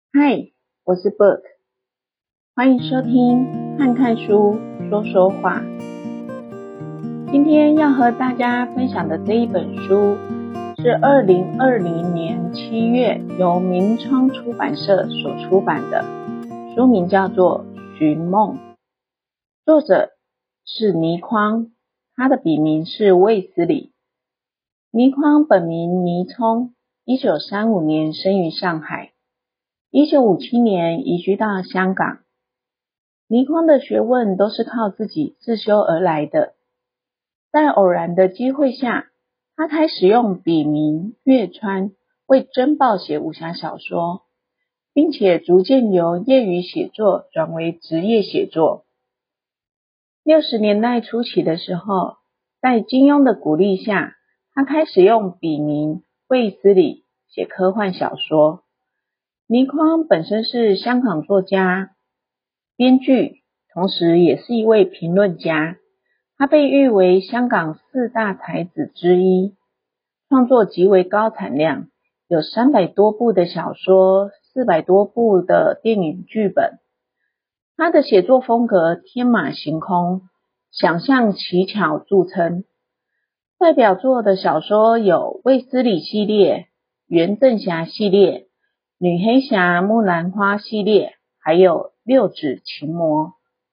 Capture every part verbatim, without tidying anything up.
嗨，我是 Book， 欢迎收听看看书说说话。今天要和大家分享的这一本书是二零二零年七月由明窗出版社所出版的，书名叫做《寻梦》，作者是倪匡，他的笔名是卫斯理。倪匡本名倪聪，一九三五年生于上海，一九五七年移居到香港。倪匡的学问都是靠自己自修而来的，在偶然的机会下，他开始用笔名月川为真报写武侠小说，并且逐渐由业余写作转为职业写作。六十年代初期的时候，在金庸的鼓励下，他开始用笔名卫斯理写科幻小说。倪匡本身是香港作家、编剧，同时也是一位评论家。他被誉为香港四大才子之一，创作极为高产量，有三百多部的小说，四百多部的电影剧本。他的写作风格天马行空，想象奇巧著称。代表作的小说有卫斯理系列、袁振侠系列、女黑侠木兰花系列，还有六指琴魔。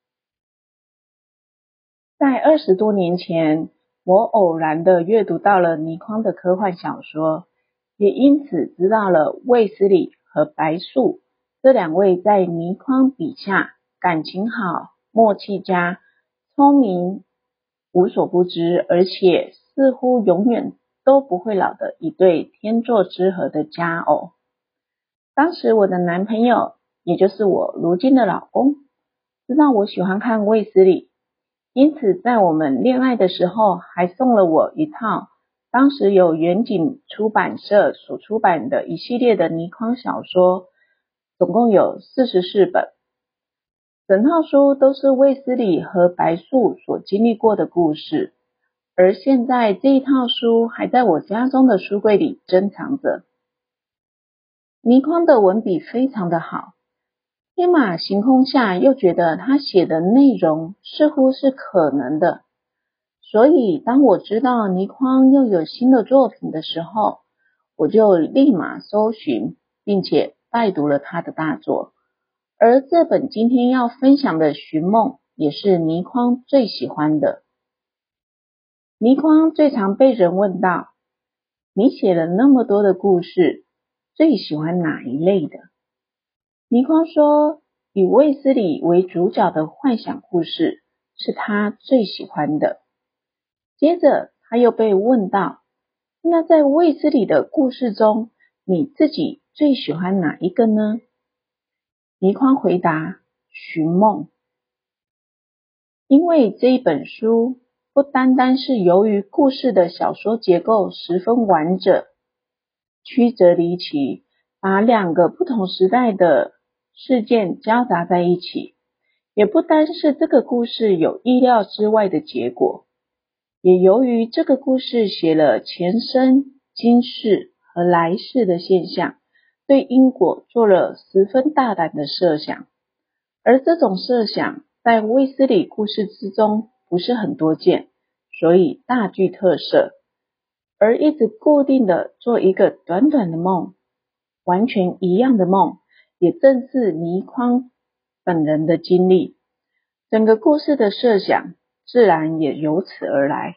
在二十多年前，我偶然的阅读到了倪匡的科幻小说，也因此知道了卫斯理和白素这两位在倪匡笔下感情好、默契佳、聪明、无所不知，而且似乎永远都不会老的一对天作之合的佳偶。当时我的男朋友，也就是我如今的老公，知道我喜欢看卫斯理，因此在我们恋爱的时候还送了我一套当时由远景出版社所出版的一系列的倪匡小说，总共有四十四本。整套书都是卫斯理和白素所经历过的故事，而现在这一套书还在我家中的书柜里珍藏着。倪匡的文笔非常的好，天马行空下又觉得他写的内容似乎是可能的，所以当我知道倪匡又有新的作品的时候，我就立马搜寻，并且拜读了他的大作。而这本今天要分享的《寻梦》也是倪匡最喜欢的。倪匡最常被人问到，你写了那么多的故事，最喜欢哪一类的？倪匡说，以卫斯理为主角的幻想故事是他最喜欢的。接着他又被问到，那在卫斯理的故事中，你自己最喜欢哪一个呢？倪匡回答，寻梦。因为这一本书不单单是由于故事的小说结构十分完整，曲折离奇，把两个不同时代的事件交杂在一起，也不单是这个故事有意料之外的结果，也由于这个故事写了前生、今世和来世的现象，对因果做了十分大胆的设想，而这种设想在卫斯理故事之中不是很多见，所以大具特色。而一直固定的做一个短短的梦，完全一样的梦，也正是倪匡本人的经历，整个故事的设想自然也由此而来。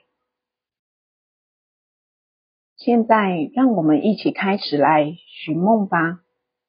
现在让我们一起开始来寻梦吧。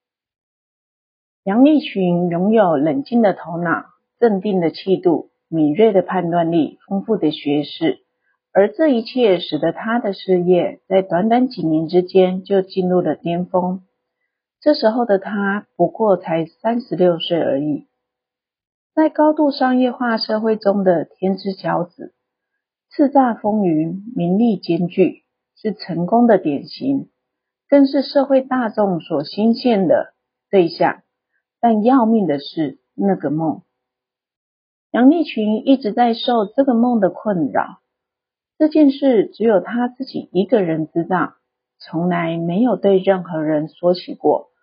杨丽群拥有冷静的头脑、镇定的气度、敏锐的判断力、丰富的学识，而这一切使得他的事业在短短几年之间就进入了巅峰。这时候的他不过才三十六岁而已，在高度商业化社会中的天之骄子，叱咤风云，名利兼具，是成功的典型，更是社会大众所欣羡的对象。但要命的是那个梦，杨丽群一直在受这个梦的困扰，这件事只有他自己一个人知道，从来没有对任何人说起过，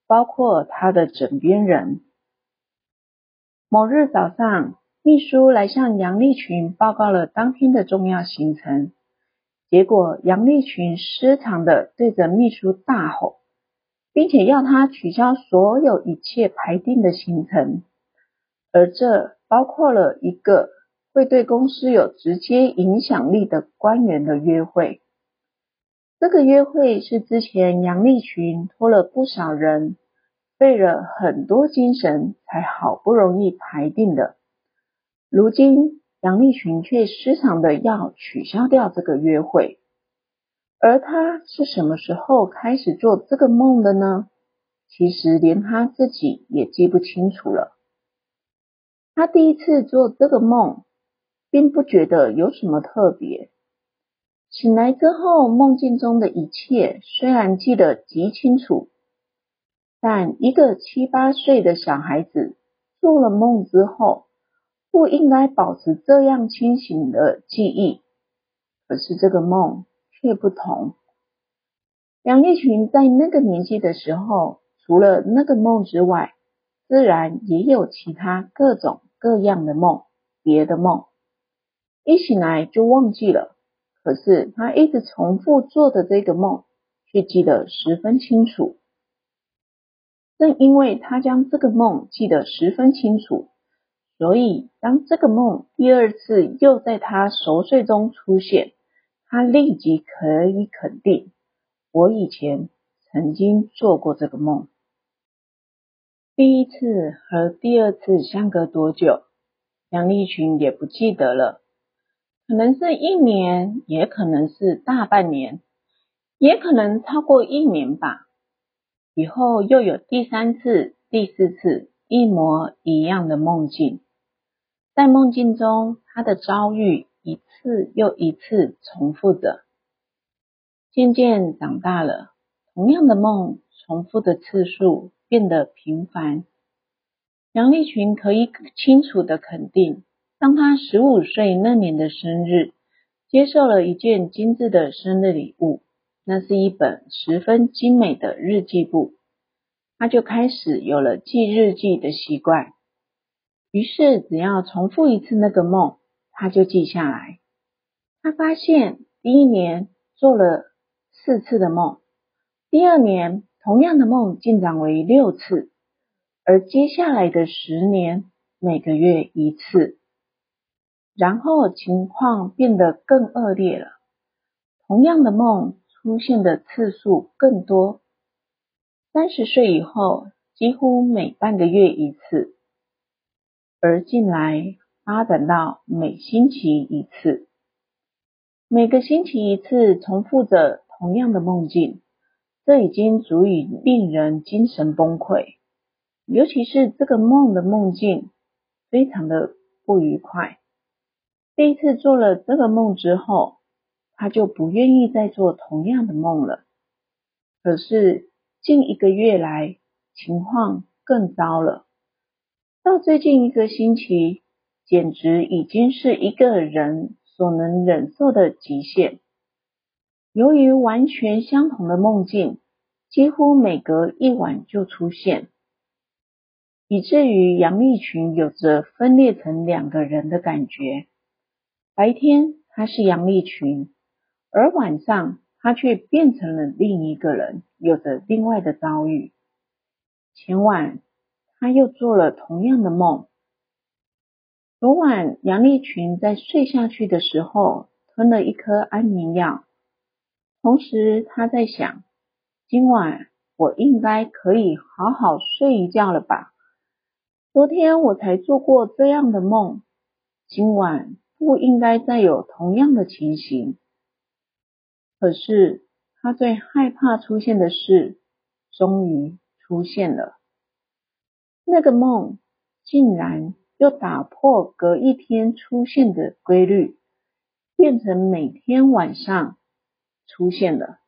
包括他的枕边人。某日早上，秘书来向杨丽群报告了当天的重要行程，结果杨丽群失常地对着秘书大吼，并且要他取消所有一切排定的行程，而这包括了一个会对公司有直接影响力的官员的约会。这个约会是之前杨丽群托了不少人，费了很多精神才好不容易排定的。如今杨丽群却失常的要取消掉这个约会。而他是什么时候开始做这个梦的呢？其实连他自己也记不清楚了。他第一次做这个梦，并不觉得有什么特别。醒来之后，梦境中的一切虽然记得极清楚，但一个七八岁的小孩子做了梦之后，不应该保持这样清醒的记忆。可是这个梦却不同。杨丽群在那个年纪的时候，除了那个梦之外，自然也有其他各种各样的梦，别的梦。一醒来就忘记了。可是他一直重复做的这个梦，却记得十分清楚。正因为他将这个梦记得十分清楚，所以当这个梦第二次又在他熟睡中出现，他立即可以肯定，我以前曾经做过这个梦。第一次和第二次相隔多久，杨丽群也不记得了。可能是一年，也可能是大半年，也可能超过一年吧。以后又有第三次、第四次一模一样的梦境。在梦境中，他的遭遇一次又一次重复着。渐渐长大了，同样的梦重复的次数变得频繁。杨丽群可以清楚地肯定，当他十五岁那年的生日，接受了一件精致的生日礼物，那是一本十分精美的日记簿，他就开始有了记日记的习惯。于是只要重复一次那个梦，他就记下来。他发现第一年做了四次的梦，第二年同样的梦进展为六次，而接下来的十年每个月一次。然后情况变得更恶劣了，同样的梦出现的次数更多。三十岁以后，几乎每半个月一次，而近来发展到每星期一次。每个星期一次重复着同样的梦境，这已经足以令人精神崩溃。尤其是这个梦的梦境非常的不愉快。第一次做了这个梦之后，他就不愿意再做同样的梦了。可是近一个月来，情况更糟了。到最近一个星期，简直已经是一个人所能忍受的极限。由于完全相同的梦境，几乎每隔一晚就出现，以至于杨丽群有着分裂成两个人的感觉。白天他是杨丽群，而晚上他却变成了另一个人，有着另外的遭遇。前晚他又做了同样的梦。昨晚杨丽群在睡下去的时候吞了一颗安眠药，同时他在想，今晚我应该可以好好睡一觉了吧？昨天我才做过这样的梦，今晚不应该再有同样的情形。可是他最害怕出现的事终于出现了。那个梦竟然又打破隔一天出现的规律，变成每天晚上出现了。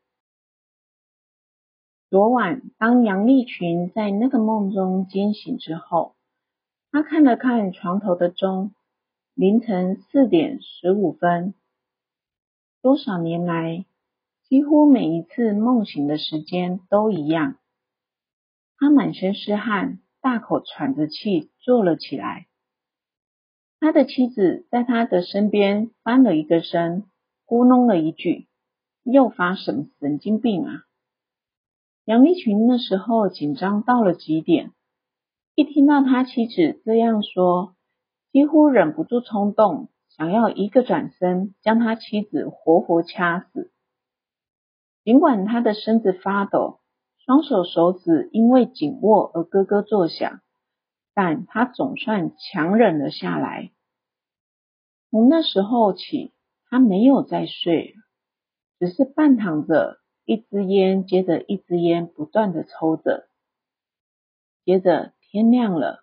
昨晚当杨丽群在那个梦中惊醒之后，他看了看床头的钟，凌晨四点十五分。多少年来，几乎每一次梦醒的时间都一样。他他满身是汗，大口喘着气坐了起来。他的妻子在他的身边翻了一个身，咕哝了一句：又发什么神经病啊？杨丽群那时候紧张到了极点，一听到他妻子这样说，几乎忍不住冲动，想要一个转身将他妻子活活掐死。尽管他的身子发抖，双手手指因为紧握而咯咯作响，但他总算强忍了下来。从那时候起，他没有再睡，只是半躺着，一支烟接着一支烟不断的抽着。接着天亮了，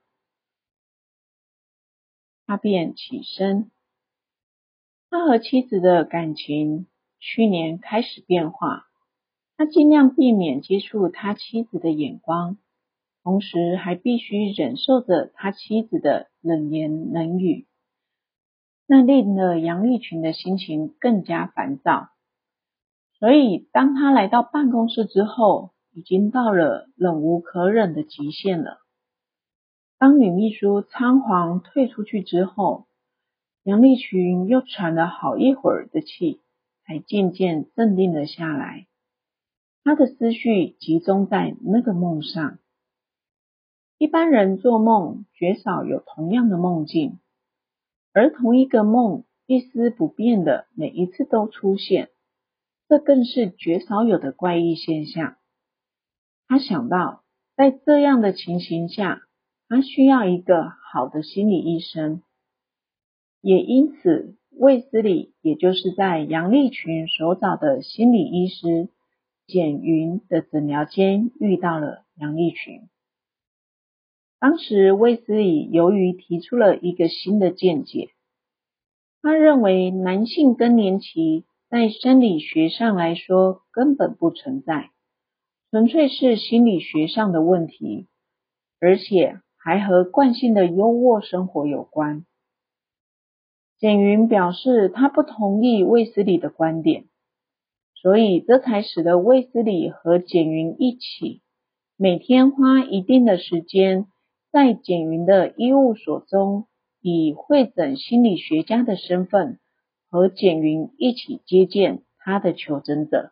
他便起身。他和妻子的感情去年开始变化，他尽量避免接触他妻子的眼光，同时还必须忍受着他妻子的冷言冷语，那令了杨丽群的心情更加烦躁。所以当他来到办公室之后，已经到了忍无可忍的极限了。当女秘书仓皇退出去之后，杨丽群又喘了好一会儿的气，才渐渐镇定了下来。她的思绪集中在那个梦上。一般人做梦绝少有同样的梦境，而同一个梦一丝不变的每一次都出现，这更是绝少有的怪异现象。他想到，在这样的情形下，他需要一个好的心理医生。也因此，卫斯理也就是在杨丽群所找的心理医师简云的诊疗间遇到了杨丽群。当时卫斯理由于提出了一个新的见解，他认为男性更年期在生理学上来说根本不存在，纯粹是心理学上的问题，而且还和惯性的优渥生活有关。简云表示他不同意卫斯理的观点，所以这才使得卫斯理和简云一起每天花一定的时间在简云的医务所中，以会诊心理学家的身份和简云一起接见他的求诊者。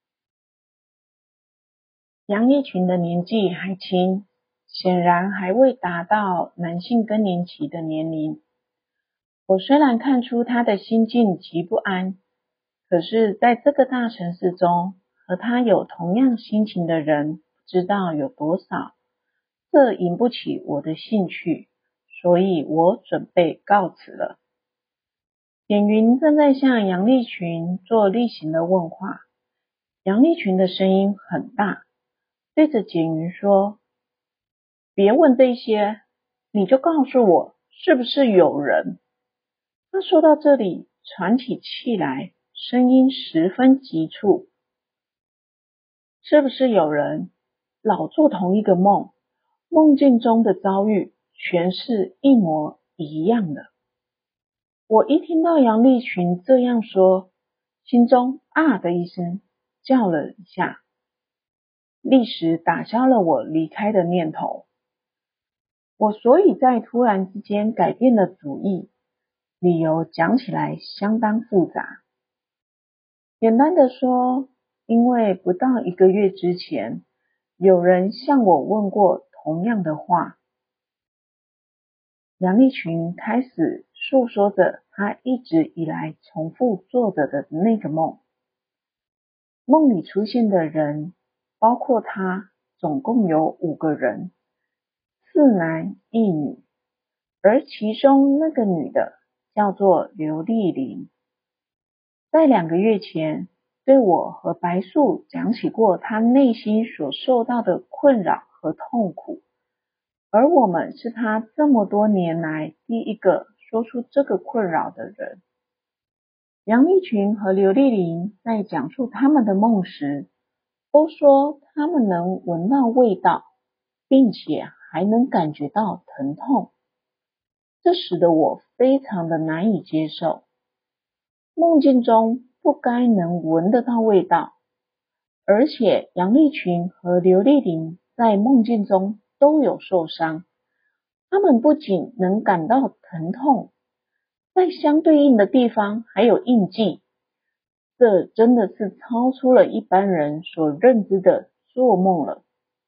杨丽群的年纪还轻，显然还未达到男性更年期的年龄。我虽然看出他的心境极不安，可是在这个大城市中，和他有同样心情的人不知道有多少，这引不起我的兴趣，所以我准备告辞了。简云正在向杨丽群做例行的问话，杨丽群的声音很大，对着简云说：别问这些，你就告诉我是不是有人。他说到这里喘起气来，声音十分急促。是不是有人老做同一个梦，梦境中的遭遇全是一模一样的？我一听到杨丽群这样说，心中啊的一声叫了一下，立时打消了我离开的念头。我所以在突然之间改变了主意，理由讲起来相当复杂。简单的说，因为不到一个月之前，有人向我问过同样的话。杨丽群开始诉说着她一直以来重复做着的那个梦。梦里出现的人，包括她，总共有五个人，四男一女，而其中那个女的叫做刘丽玲。在两个月前，对我和白素讲起过她内心所受到的困扰和痛苦，而我们是她这么多年来第一个说出这个困扰的人。杨丽群和刘丽玲在讲述他们的梦时，都说他们能闻到味道，并且还能感觉到疼痛。这使得我非常的难以接受。梦境中不该能闻得到味道，而且杨丽群和刘丽玲在梦境中都有受伤。他们不仅能感到疼痛，在相对应的地方还有印记。这真的是超出了一般人所认知的做梦了。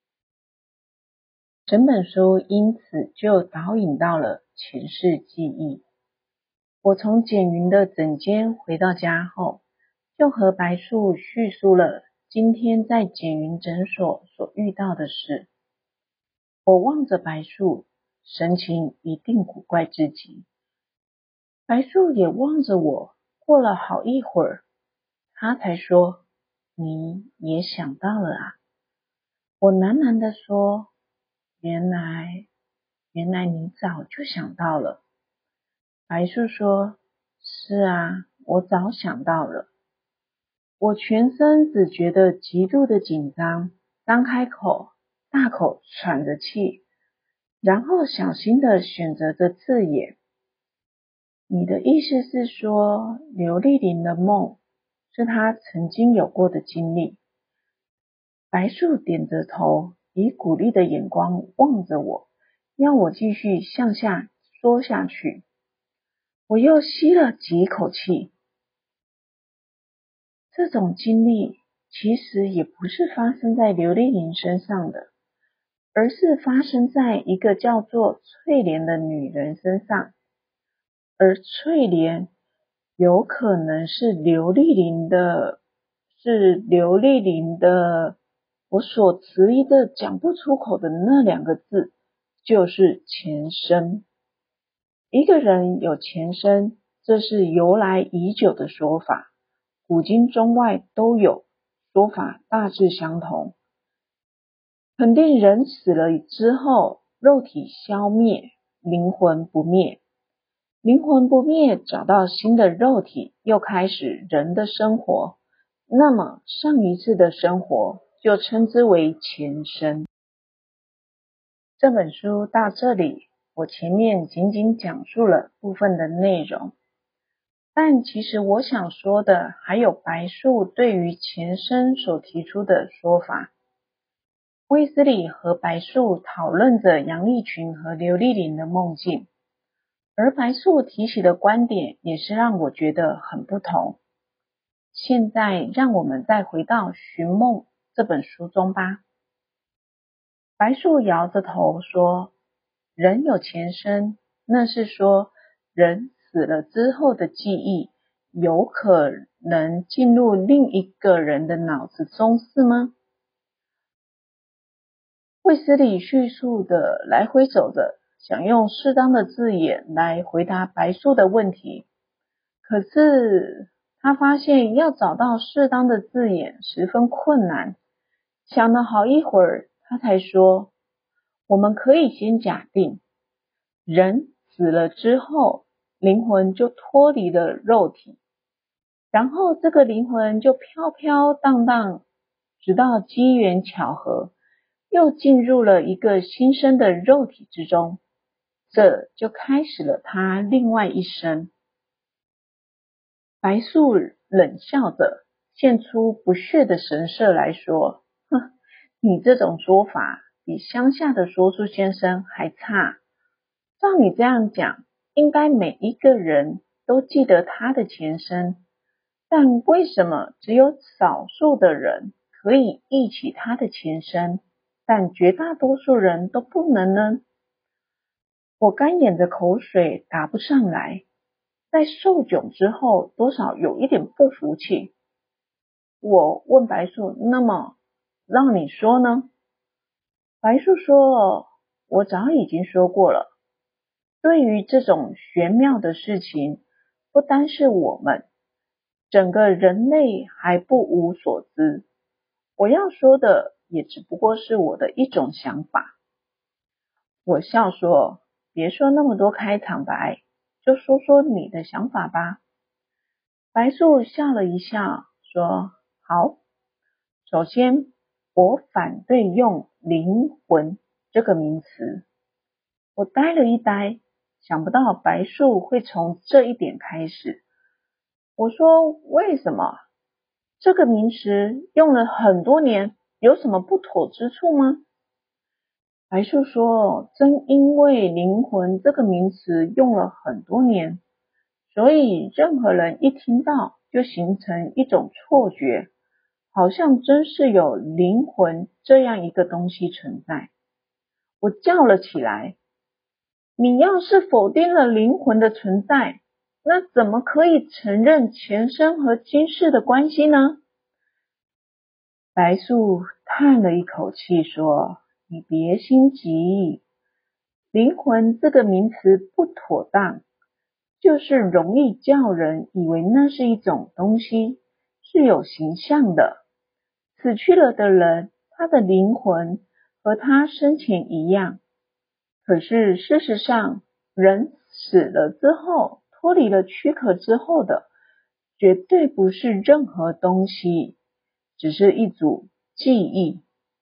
整本书因此就导引到了前世记忆。我从简云的诊间回到家后，就和白素叙述了今天在简云诊所所遇到的事。我望着白素，神情一定古怪至极。白素也望着我，过了好一会儿，他才说：“你也想到了啊？”我喃喃地说：“原来，原来你早就想到了。”白素说：“是啊，我早想到了。”我全身只觉得极度的紧张，张开口，大口喘着气，然后小心地选择着字眼。你的意思是说，刘丽玲的梦是她曾经有过的经历？白素点着头，以鼓励的眼光望着我，要我继续向下说下去。我又吸了几口气。这种经历其实也不是发生在刘丽玲身上的，而是发生在一个叫做翠莲的女人身上。而翠莲有可能是刘丽玲的，是刘丽玲的，我所迟疑的讲不出口的那两个字，就是前身。一个人有前身，这是由来已久的说法，古今中外都有，说法大致相同。肯定人死了之后，肉体消灭，灵魂不灭。灵魂不灭，找到新的肉体，又开始人的生活。那么上一次的生活就称之为前生。这本书到这里，我前面仅仅讲述了部分的内容，但其实我想说的还有白素对于前生所提出的说法。卫斯理和白素讨论着杨丽群和刘丽玲的梦境，而白素提起的观点也是让我觉得很不同。现在让我们再回到《寻梦》这本书中吧。白素摇着头说，人有前生，那是说人死了之后的记忆有可能进入另一个人的脑子中，是吗？卫斯理叙述的来回走着，想用适当的字眼来回答白素的问题，可是他发现要找到适当的字眼十分困难，想了好一会儿，他才说，我们可以先假定，人死了之后，灵魂就脱离了肉体，然后这个灵魂就飘飘荡荡，直到机缘巧合，又进入了一个新生的肉体之中，这就开始了他另外一生。白素冷笑着，现出不屑的神色来说，哼，你这种说法比乡下的说书先生还差。照你这样讲，应该每一个人都记得他的前生，但为什么只有少数的人可以忆起他的前生，但绝大多数人都不能呢？我干眼的口水答不上来，在受窘之后多少有一点不服气。我问白素，那么让你说呢？白素说，我早已经说过了，对于这种玄妙的事情，不单是我们，整个人类还不无所知。我要说的也只不过是我的一种想法。我笑说，别说那么多开场白，就说说你的想法吧。白素笑了一笑，说，好，首先我反对用灵魂这个名词。我呆了一呆，想不到白素会从这一点开始。我说，为什么？这个名词用了很多年，有什么不妥之处吗？ 白树说，正因为灵魂这个名词用了很多年，所以任何人一听到就形成一种错觉，好像真是有灵魂这样一个东西存在。我叫了起来，你要是否定了灵魂的存在，那怎么可以承认前生和今世的关系呢？白树叹了一口气说，你别心急，灵魂这个名词不妥当，就是容易叫人以为那是一种东西，是有形象的。死去了的人，他的灵魂和他生前一样，可是事实上，人死了之后，脱离了躯壳之后的，绝对不是任何东西，只是一组记忆。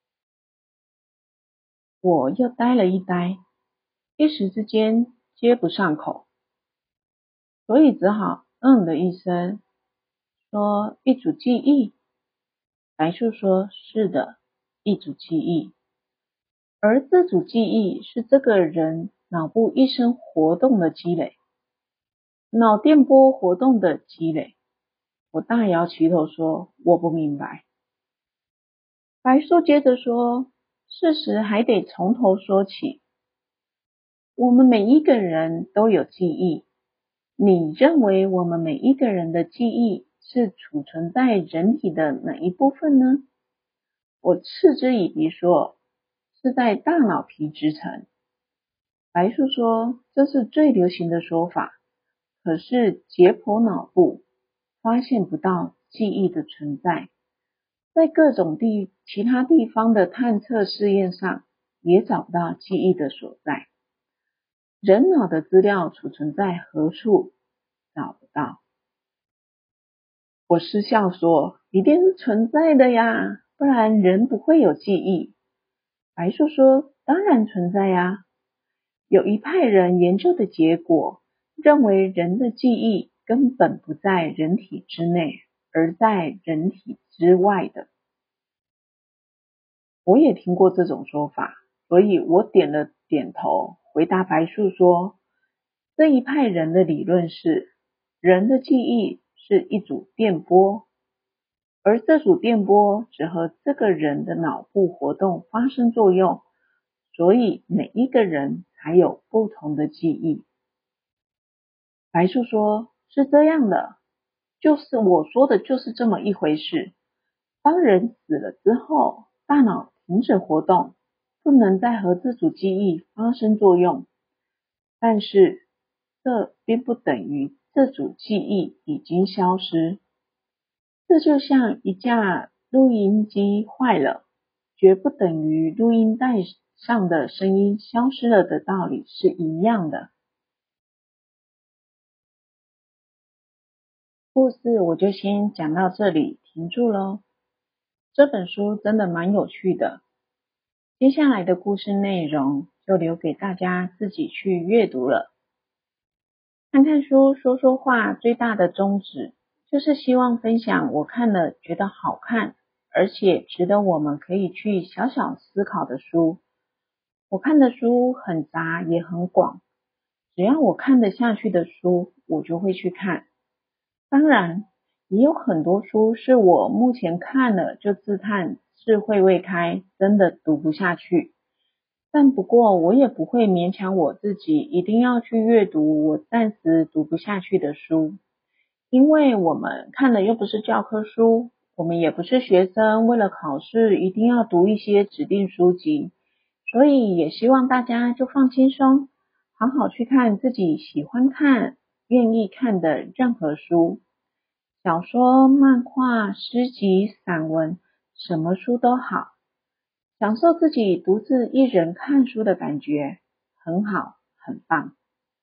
我又呆了一呆，一时之间接不上口，所以只好嗯了一声，说一组记忆。白树说，是的，一组记忆。而这组记忆是这个人脑部一生活动的积累，脑电波活动的积累。我大摇其头说，我不明白。白树接着说，事实还得从头说起。我们每一个人都有记忆，你认为我们每一个人的记忆是储存在人体的哪一部分呢？我嗤之以鼻说，是在大脑皮质层。白树说，这是最流行的说法，可是解剖脑部发现不到记忆的存在，在各种地其他地方的探测试验上也找不到记忆的所在。人脑的资料储存在何处？找不到。我失笑说，一定是存在的呀，不然人不会有记忆。白树说，当然存在呀。有一派人研究的结果，认为人的记忆根本不在人体之内，而在人体之外的。我也听过这种说法，所以我点了点头，回答白树说，这一派人的理论是，人的记忆是一组电波，而这组电波只和这个人的脑部活动发生作用，所以每一个人才有不同的记忆。白树说，是这样的，就是我说的就是这么一回事。当人死了之后，大脑停止活动，不能再和这组记忆发生作用，但是这并不等于这组记忆已经消失。这就像一架录音机坏了，绝不等于录音带上的声音消失了的道理是一样的。故事我就先讲到这里，停住咯。这本书真的蛮有趣的，接下来的故事内容就留给大家自己去阅读了。看看书说说话最大的宗旨，就是希望分享我看了觉得好看，而且值得我们可以去小小思考的书。我看的书很杂也很广，只要我看得下去的书，我就会去看。当然，也有很多书是我目前看了就自叹智慧未开，真的读不下去。但不过我也不会勉强我自己一定要去阅读我暂时读不下去的书，因为我们看的又不是教科书，我们也不是学生，为了考试一定要读一些指定书籍，所以也希望大家就放轻松，好好去看自己喜欢看、愿意看的任何书，小说、漫画、诗集、散文，什么书都好。享受自己独自一人看书的感觉，很好，很棒。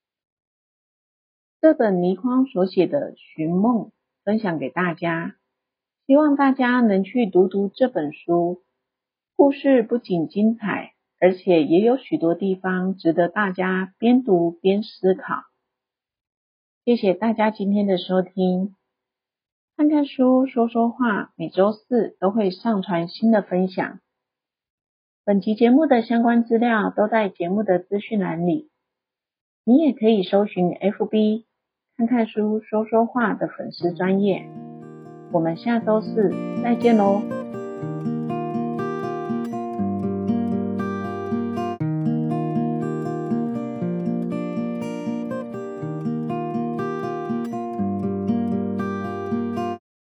这本倪匡所写的《寻梦》分享给大家，希望大家能去读读这本书。故事不仅精彩，而且也有许多地方值得大家边读边思考。谢谢大家今天的收听。看看书，说说话，每周四都会上传新的分享。 本集节目的相关资料都在节目的资讯栏里，你也可以搜寻 F B 看看书说说话的粉丝专页。我们下周四再见喽。